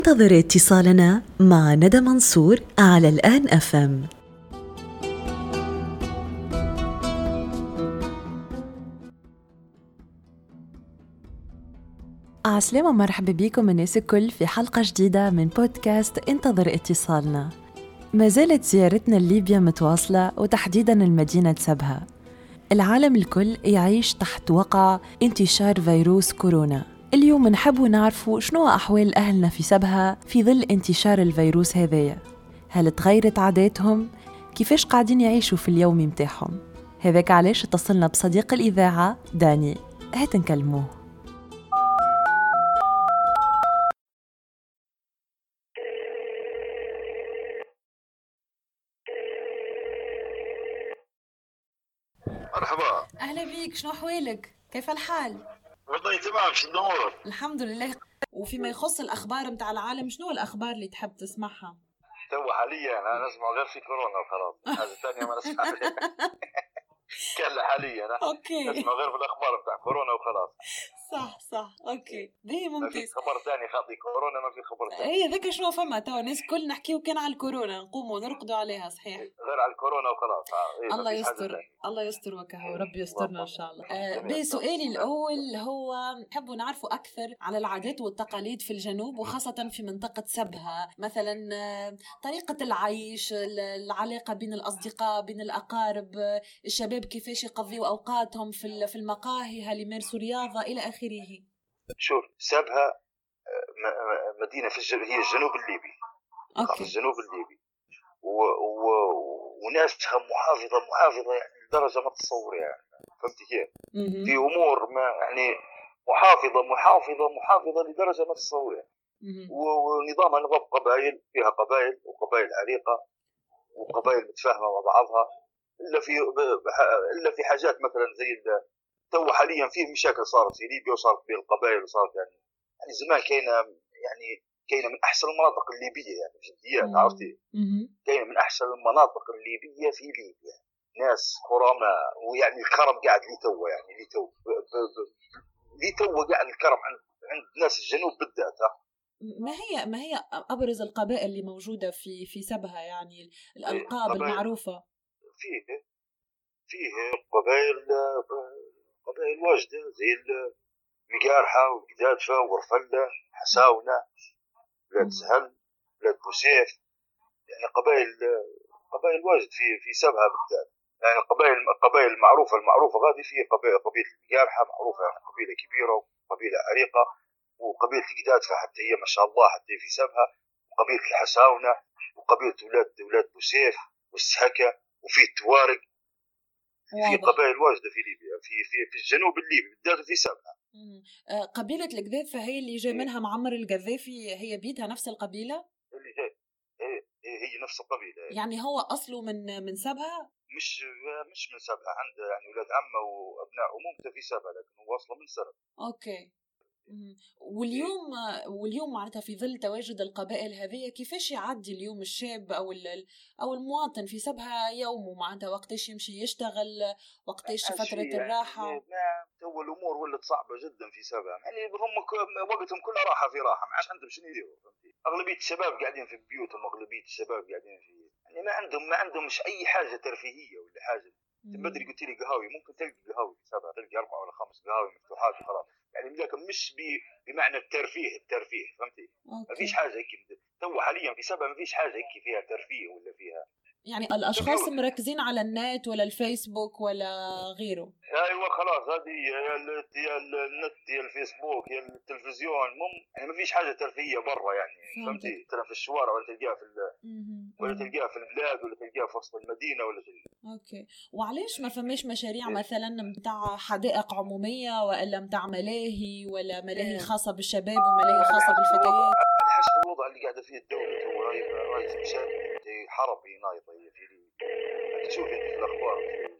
انتظر اتصالنا مع ندى منصور على الآن FM. عسلامة، مرحبا بكم الناس الكل في حلقة جديدة من بودكاست انتظر اتصالنا. ما زالت زيارتنا لليبيا متواصلة، وتحديدا المدينة سبها. العالم الكل يعيش تحت وقع انتشار فيروس كورونا. اليوم نحب نعرفوا شنو أحوال أهلنا في سبها في ظل انتشار الفيروس هذايا. هل تغيرت عاداتهم؟ كيفاش قاعدين يعيشوا في اليوم متاعهم؟ هذاك علاش اتصلنا بصديق الإذاعة داني. هات نكلموه. مرحبا. أهلا بيك، شنو أحوالك؟ كيف الحال؟ والله تمام، شو الأمور؟ الحمد لله. وفيما يخص الأخبار متاع العالم، شنو الأخبار اللي تحب تسمعها؟ تو حاليا أنا نسمع غير في كورونا وخلاص، حاجة ثانية ما نسمع. كلا حاليا أوكي. نسمع غير في الأخبار بتاع كورونا وخلاص. صح أوكي، باهي ما في ممتاز. خبر ثاني خاطي كورونا، ما في خبر ثاني. إيه ذاك شنو فما توا الناس كل نحكيو كان على الكورونا، نقوموا نرقدوا عليها صحيح. غير على الكورونا وخلاص. إيه الله يستر، الله يستر وكهو، ربي يسترنا إن شاء الله. باهي سؤالي الأول هو نحبوا نعرفوا أكثر على العادات والتقاليد في الجنوب، وخاصة في منطقة سبها، مثلا طريقة العيش، العلاقة بين الأصدقاء، بين الأقارب، الشباب كيفاش يقضيوا أوقاتهم في المقاهي، هل يمارسوا رياضة إلى آخره. شوف سبها مدينة هي الجنوب الليبي. أوكي. الجنوب الليبي وناسها محافظة يعني لدرجة ما تتصور يعني. فهمتي كيف؟ في أمور ما يعني محافظة لدرجة ما تتصور يعني. ونظامها نظام قبائل، فيها قبائل وقبائل عريقة وقبائل متفاهمة مع بعضها، إلا في حاجات مثلا زي تو حاليا فيه مشاكل صارت في ليبيا وصارت بين القبائل وصارت يعني زمان كاينة من أحسن المناطق الليبية يعني بجديات، عرفتي؟ كاينة من أحسن المناطق الليبية في ليبيا، ناس كرماء، ويعني الكرم قاعد لي تو قاعد الكرم عند ناس الجنوب بالذات. ما هي أبرز القبائل اللي موجودة في سبها، يعني الألقاب المعروفة؟ فيه قبائل واجدة زي المقارحة وقدادفة ورفلة حساونة، بلاد سهل، بلاد بوسيف، يعني قبائل واجد في سبها بالذات. يعني القبائل المعروفة غادي فيه قبيلة المقارحة معروفة، يعني قبيلة كبيرة وقبيلة عريقة، وقبيلة القدادفة حتى هي ما شاء الله حتى في سبها، وقبيلة الحساونة، وقبيلة ولاد بوسيف والسهكة، وفي التوارق. في قبائل واجدة في ليبيا، في الجنوب الليبي بالذات في سبها. قبيلة القذافة هي اللي جاي منها معمر القذافي، هي بيتها نفس القبيلة؟ اللي جاي هي نفس القبيلة. يعني هو أصله من سبها؟ مش من سبها، عنده يعني ولاد عمه وابناء عمومته في سبها، لكن هو اصلا من سبها. اوكي. واليوم معناتها في ظل تواجد القبائل هذه، كيفاش يعدي اليوم الشاب او المواطن في سبها يومه؟ معناتها وقتاش يمشي يشتغل، وقتاش فترة الراحة؟ يعني تو الامور ولت صعبة جدا في سبها، يعني هم وقتهم كله راحة في راحة، ما عادش عندهم شنو يديروا. اغلبية الشباب قاعدين في بيوتهم، اغلبية الشباب قاعدين يعني ما عندهمش اي حاجة ترفيهية ولا حاجة. بدري قلت لي قهاوي، ممكن تلقى قهاوي في سبها، تلقى 4 ولا 5 قهاوي مفتوحات وخلاص، يعني لكن مش بمعنى الترفيه فهمتي؟ ما فيش حاجه هيك تو حاليا في سبها، ما فيش حاجه هيك فيها ترفيه ولا فيها، يعني الاشخاص مركزين على النت ولا الفيسبوك ولا غيره. ايوه خلاص، هذه يا النت يا الفيسبوك يا التلفزيون، يعني ما فيش حاجه ترفيهيه برا يعني. فهمتي؟ مثلا في الشوارع ولا تلقاها ولا تلقاها في البلاد ولا تلقاها في وسط المدينه ولا شيء. اوكي. وعليش ما فماش مشاريع مثلا متاع حدائق عموميه، ولا متاع ملاهي، ولا ملاهي خاصه بالشباب وملاهي خاصه بالفتيات؟ على حسب الوضع اللي قاعده فيه الدوله تو، هاي مشاكل حربي نايطه هي في ليبيا، تشوفي في الاخبار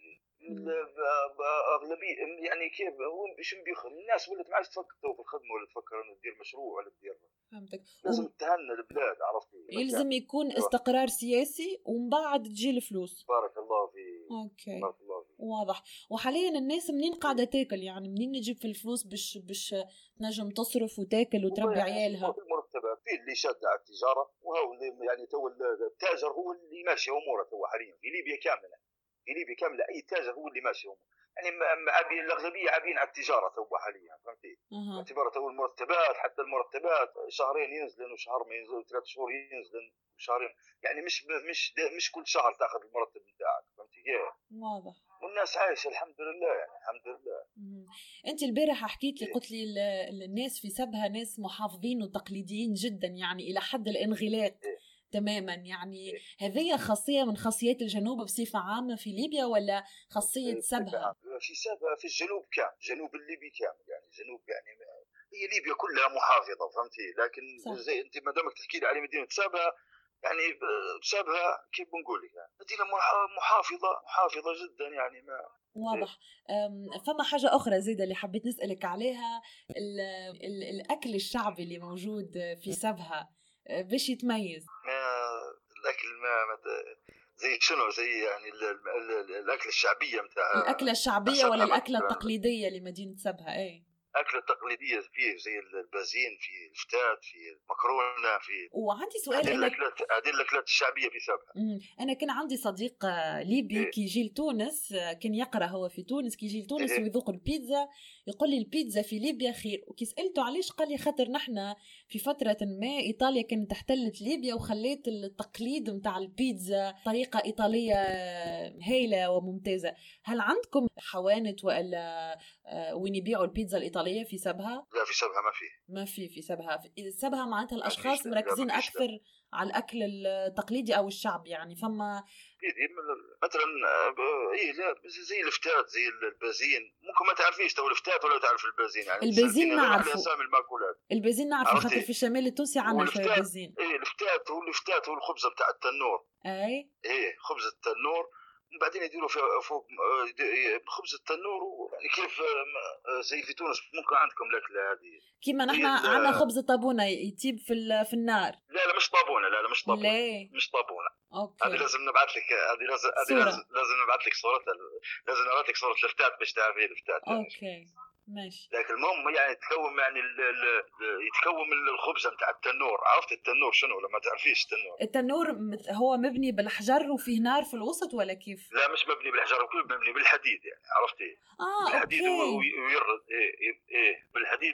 اغلبيه يعني كيف هو شنو بيخل الناس ولات ما عادش تفكر في الخدمه، ولا تفكر انه تدير مشروع ولا تدير. فهمتك. لازم تهنى البلاد، عرفتي؟ يلزم يكون استقرار سياسي ومن بعد تجي الفلوس. بارك الله فيك. اوكي. بارك الله فيك. واضح. وحاليا الناس منين قاعده تاكل؟ يعني منين نجيب في الفلوس باش تنجم تصرف وتاكل وتربي عيالها؟ المرتبات في اللي شاد على التجاره، وهو اللي يعني تو التاجر هو اللي ماشي اموره تو حاليا في ليبيا كامله. في ليبيا كامله اي تاجر هو اللي ماشي اموره، يعني الاغلبيه عابين على التجاره تو حاليا، فهمتي؟ باعتبار تو المرتبات، حتى المرتبات شهرين ينزلن وشهر ما ينزل، 3 شهور ينزلن وشهرين، يعني مش كل شهر تاخذ المرتب بتاعك، فهمتي كيف؟ واضح. والناس عايشه الحمد لله، يعني الحمد لله. انت البارحه حكيت لي، قلت لي الناس في سبها ناس محافظين وتقليديين جدا، يعني الى حد الانغلاق تماما، يعني هذه خاصيه من خاصيات الجنوب بصفه عامه في ليبيا ولا خاصيه سبها؟ في سبها في الجنوب كامل، الجنوب الليبي كامل، يعني الجنوب يعني هي ليبيا كلها محافظه، فهمتي؟ لكن صح. زي انت ما دامك تحكي لي على مدينه سبها، يعني بسببها كيف بنقول لك، مدينه محافظه جدا، يعني ما واضح. فما حاجة أخرى زيادة اللي حبيت نسألك عليها، الأكل الشعبي اللي موجود في سبها باش يتميز؟ الأكل ما زي شنو، زي يعني الأكل الشعبية متاع الأكلة الشعبية ولا الأكلة التقليدية لمدينة سبها؟ أي أكلة تقليدية فيه زي البازين، في الفتات، في المكرونة، في وعندي سؤال. هذه الأكلات الشعبية في سبها. أنا كان عندي صديق ليبي كي يجي لتونس، كان يقرأ هو في تونس، كي يجي لتونس ويذوق البيتزا يقول لي البيتزا في ليبيا خير. وكي سألته علاش قال لي خاطر نحنا في فترة ما إيطاليا كانت احتلت ليبيا وخليت التقليد متاع البيتزا طريقة إيطالية هايلة وممتازة. هل عندكم حوانت ولا وين يبيعوا البيتزا الإيطالية في سبها؟ لا في سبها ما في سبها. سبها معناتها الأشخاص مركزين أكثر على الأكل التقليدي أو الشعب، يعني فما مثلا لا زي الفتات، زي البازين، ممكن ما تعرفيش تو الفتات ولا تعرف البازين، يعني البازين نعرفه، اسامي المأكولات البازين نعرفه خاطر في الشمال التونسي عندنا شويه بازين. الفتات هو الخبزه نتاع التنور، خبز التنور، وبعدين يديروا فوق خبز التنور، يعني كيف زي في تونس ممكن عندكم الاكله هذه كيما نحن عندنا خبز الطابونه يطيب في النار. لا مش طابونه، مش طابونه، مش طابونه. هذه لازم نبعث لك، لازم نبعث لك صورتها، لازم نبعث لك صوره الفتات باش تعرفي الفتات. اوكي ماشي. لكن المهم يعني يتكون، يعني يتكون من الخبزه نتاع التنور. عرفت التنور شنو لما تعرفيش التنور هو مبني بالحجر وفيه نار في الوسط ولا كيف؟ لا مش مبني بالحجر، مبني بالحديد، يعني عرفتي؟ بالحديد ويرد بالحديد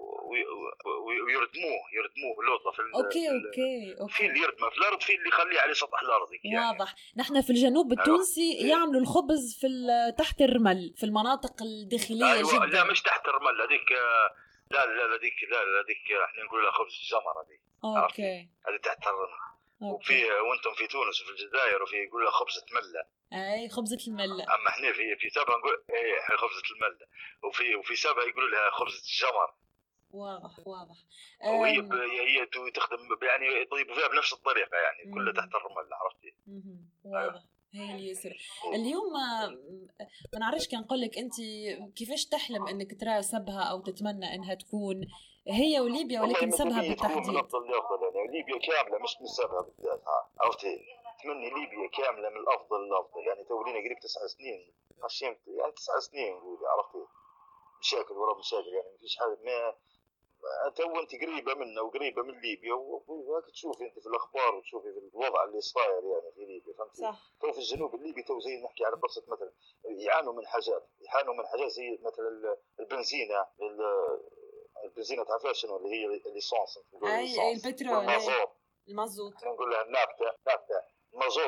ويردموه لوطه في اوكي في اللي يردمه في الارض، في اللي يخليه على سطح الارض يعني. واضح. نحن في الجنوب التونسي يعملوا الخبز في تحت الرمل في المناطق الداخليه جدا. لا مش تحت الرمل هذيك، لا هذيك احنا نقول لها خبز الجمر هذيك. اوكي هذه تحت الرمل. وفي وانتم في تونس وفي الجزائر وفي يقول لها خبزه مله. خبزه المله. اما احنا في سبها نقول خبزه المله، وفي سبها يقولوا لها خبزه الجمر. واضح. وهي تخدم، يعني يطيبوا فيها بنفس الطريقه، يعني كلها تحت الرمل. عرفتي؟ واضح. هي اللي يصير اليوم. ما نعرفش كان نقول لك انت كيفاش تحلم انك ترى سبها او تتمنى انها تكون هي وليبيا، ولكن سبها بالتحديد. من الافضل يعني ليبيا كامله، مش من سبها بالذات. عرفتي؟ اتمنى ليبيا كامله من الافضل للافضل، يعني تولينا قريب 9 سنين ماشيين، يعني 9 سنين نقول. عرفتي؟ مشاكل ورا مشاكل، يعني ما فيش حاجه. ما تو انت قريبه منا وقريبه من ليبيا، وهاك تشوفي انت في الاخبار وتشوفي في الوضع اللي صاير يعني في ليبيا، فهمتي؟ صح. تو في الجنوب الليبي تو زي نحكي على بسط مثلا يعانوا من حاجات زي مثلا البنزينه تعرفها شنو اللي هي الليسانس، البترول، المازوت نقول لها النافطه، المازوت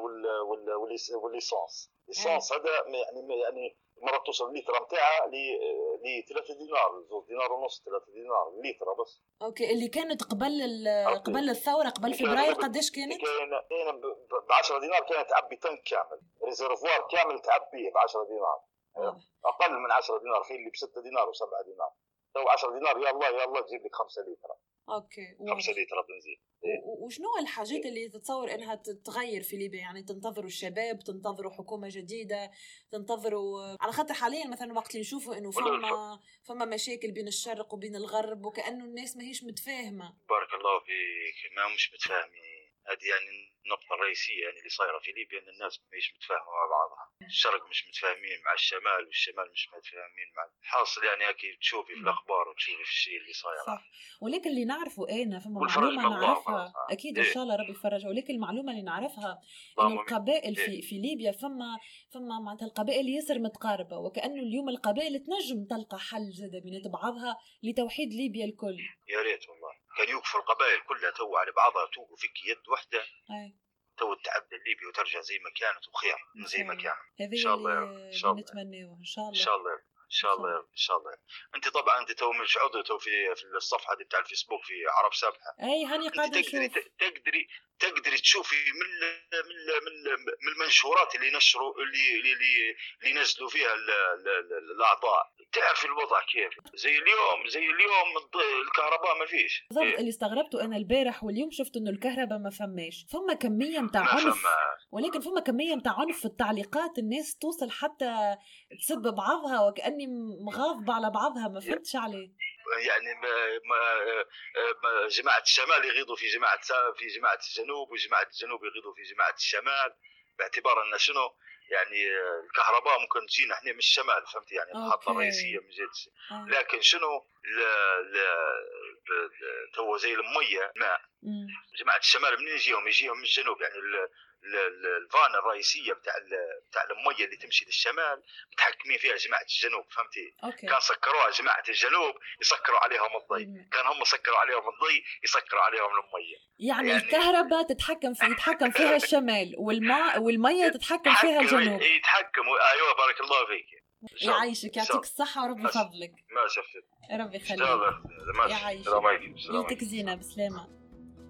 والليسانس. هذا يعني مرة توصل الليتر متاعها ل 3 دينار، 2 دينار ونص، 3 دينار الليتر بس. اوكي. اللي كانت قبل الثورة، قبل فبراير قداش كانت؟ ب 10 دينار كانت تعبي تنك كامل، ريزرفوار كامل تعبيه ب 10 دينار. اقل من 10 دينار، في اللي ب 6 دينار و7 دينار. تو 10 دينار يا الله تجيب لك 5 لتر. اوكي. 5 لتر بنزين. وشنو الحاجات اللي تتصور انها تتغير في ليبيا؟ يعني تنتظروا الشباب، تنتظروا حكومه جديده، تنتظروا على خاطر حاليا مثلا وقت اللي نشوفوا انه فما مشاكل بين الشرق وبين الغرب، وكانه الناس ما هيش متفاهمه. بارك الله فيك، ما مش متفاهمين. هذه يعني النقطه الرئيسيه يعني اللي صايره في ليبيا، ان الناس ما هيش متفاهمه مع بعضها. الشرق مش متفاهمين مع الشمال، والشمال مش متفاهمين مع حاصل. يعني اكيد تشوفي في الاخبار وتشوفي في الشيء اللي صاير. صح. ولكن اللي نعرفه انا فما والفرج معلومه من الله نعرفها اكيد ان شاء الله ربي يفرج. ولكن المعلومه اللي نعرفها انه ضامن. القبائل في ليبيا فما معناتها القبائل ياسر متقاربه، وكانه اليوم القبائل تنجم تلقى حل زاد بينات بعضها لتوحيد ليبيا الكل. يا ريت والله كان يوقف القبائل كلها تو على بعضها، توقف فيك يد واحده اي تو تعدل ليبيا وترجع زي ما كانت وخير من زي ما كانت. هذه ان شاء الله اللي ان شاء الله نتمناه ان شاء الله ان شاء الله ان شاء الله ان شاء الله. انت طبعا انت تو مش عضو تو في الصفحه دي بتاع الفيسبوك في عرب سبحه. اي هاني قاعده نشوف. تقدري تشوفي من المنشورات اللي نشروا اللي نزلوا فيها الاعضاء، تعرف الوضع كيف. زي اليوم الكهرباء ما فيش. بالضبط. اللي استغربته انا البارح واليوم شفت انه الكهرباء ما فماش، فما كميه متاع عنف. ولكن فما كميه متاع عنف في التعليقات، الناس توصل حتى تسب بعضها وكأني مغاضبة على بعضها. ما فهمتش عليه. يعني جماعة الشمال يغيضوا في جماعة الجنوب، وجماعة الجنوب يغيضوا في جماعة الشمال، باعتبار أن شنو يعني الكهرباء ممكن تجينا احنا من الشمال، فهمت يعني المحطة الرئيسية من جهة. لكن شنو تو زي المية ماء، جماعة الشمال منين يجيهم من الجنوب. يعني الفان الرئيسيه بتاع الميه اللي تمشي للشمال متحكمين فيها جماعه الجنوب، فهمتي؟ كان سكروها جماعه الجنوب يسكروا عليهم الضي، كان هم سكروا عليهم الضي يسكروا عليهم الميه. يعني الكهرباء يتحكم فيها الشمال، والميه تتحكم فيها الجنوب. يتحكموا. ايوه بارك الله فيك. يعيشك، يعطيك الصحه وربي يفضلك. ما شفت. ربي يخليك. يعيشك. ليلتك زينه بسلامه.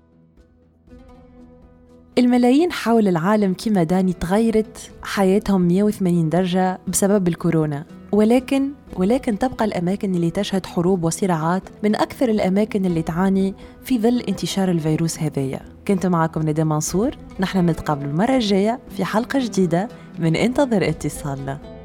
الملايين حول العالم كما داني تغيرت حياتهم 180 درجة بسبب الكورونا، ولكن تبقى الأماكن اللي تشهد حروب وصراعات من أكثر الأماكن اللي تعاني في ظل انتشار الفيروس هذايا. كنت معكم ندى منصور، نحن نتقابل المرة الجاية في حلقة جديدة من انتظر اتصالنا.